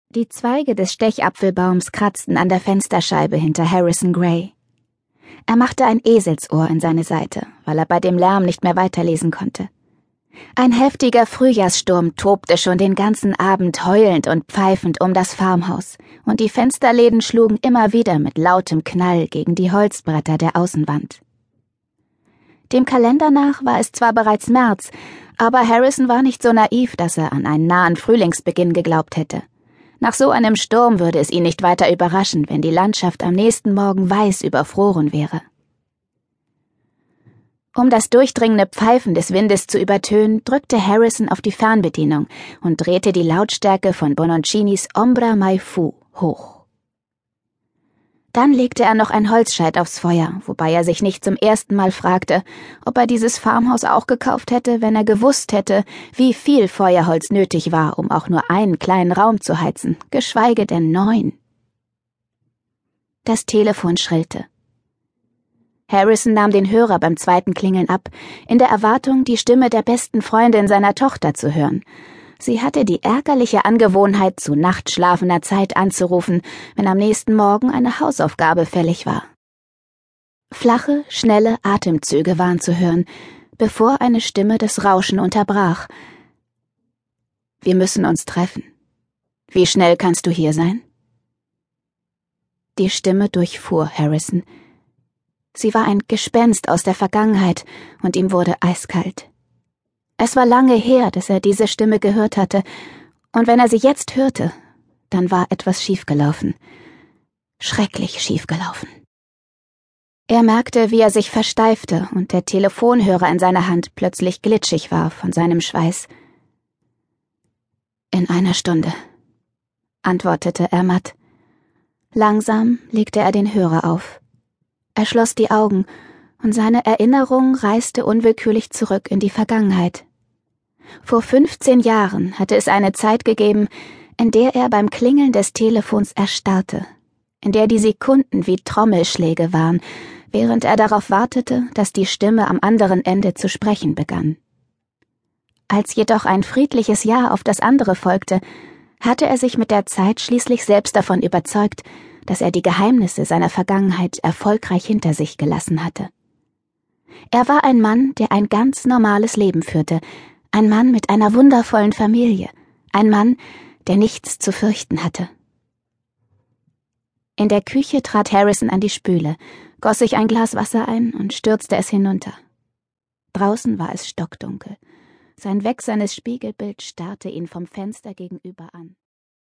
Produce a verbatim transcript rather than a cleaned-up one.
Die Zweige des Stechapfelbaums kratzten an der Fensterscheibe hinter Harrison Gray. Er machte ein Eselsohr in seine Seite, weil er bei dem Lärm nicht mehr weiterlesen konnte. Ein heftiger Frühjahrssturm tobte schon den ganzen Abend heulend und pfeifend um das Farmhaus, und die Fensterläden schlugen immer wieder mit lautem Knall gegen die Holzbretter der Außenwand. Dem Kalender nach war es zwar bereits März, aber Harrison war nicht so naiv, dass er an einen nahen Frühlingsbeginn geglaubt hätte. Nach so einem Sturm würde es ihn nicht weiter überraschen, wenn die Landschaft am nächsten Morgen weiß überfroren wäre. Um das durchdringende Pfeifen des Windes zu übertönen, drückte Harrison auf die Fernbedienung und drehte die Lautstärke von Bononcinis Ombra Mai Fu hoch. Dann legte er noch ein Holzscheit aufs Feuer, wobei er sich nicht zum ersten Mal fragte, ob er dieses Farmhaus auch gekauft hätte, wenn er gewusst hätte, wie viel Feuerholz nötig war, um auch nur einen kleinen Raum zu heizen, geschweige denn neun. Das Telefon schrillte. Harrison nahm den Hörer beim zweiten Klingeln ab, in der Erwartung, die Stimme der besten Freundin seiner Tochter zu hören. Sie hatte die ärgerliche Angewohnheit, zu nachtschlafender Zeit anzurufen, wenn am nächsten Morgen eine Hausaufgabe fällig war. Flache, schnelle Atemzüge waren zu hören, bevor eine Stimme das Rauschen unterbrach. »Wir müssen uns treffen. Wie schnell kannst du hier sein?« Die Stimme durchfuhr Harrison. Sie war ein Gespenst aus der Vergangenheit, und ihm wurde eiskalt. Es war lange her, dass er diese Stimme gehört hatte, und wenn er sie jetzt hörte, dann war etwas schiefgelaufen. Schrecklich schiefgelaufen. Er merkte, wie er sich versteifte und der Telefonhörer in seiner Hand plötzlich glitschig war von seinem Schweiß. »In einer Stunde«, antwortete er matt. Langsam legte er den Hörer auf. Er schloss die Augen, und seine Erinnerung reiste unwillkürlich zurück in die Vergangenheit. Vor fünfzehn Jahren hatte es eine Zeit gegeben, in der er beim Klingeln des Telefons erstarrte, in der die Sekunden wie Trommelschläge waren, während er darauf wartete, dass die Stimme am anderen Ende zu sprechen begann. Als jedoch ein friedliches Jahr auf das andere folgte, hatte er sich mit der Zeit schließlich selbst davon überzeugt, dass er die Geheimnisse seiner Vergangenheit erfolgreich hinter sich gelassen hatte. Er war ein Mann, der ein ganz normales Leben führte, ein Mann mit einer wundervollen Familie, ein Mann, der nichts zu fürchten hatte. In der Küche trat Harrison an die Spüle, goss sich ein Glas Wasser ein und stürzte es hinunter. Draußen war es stockdunkel. Sein wächsernes Spiegelbild starrte ihn vom Fenster gegenüber an.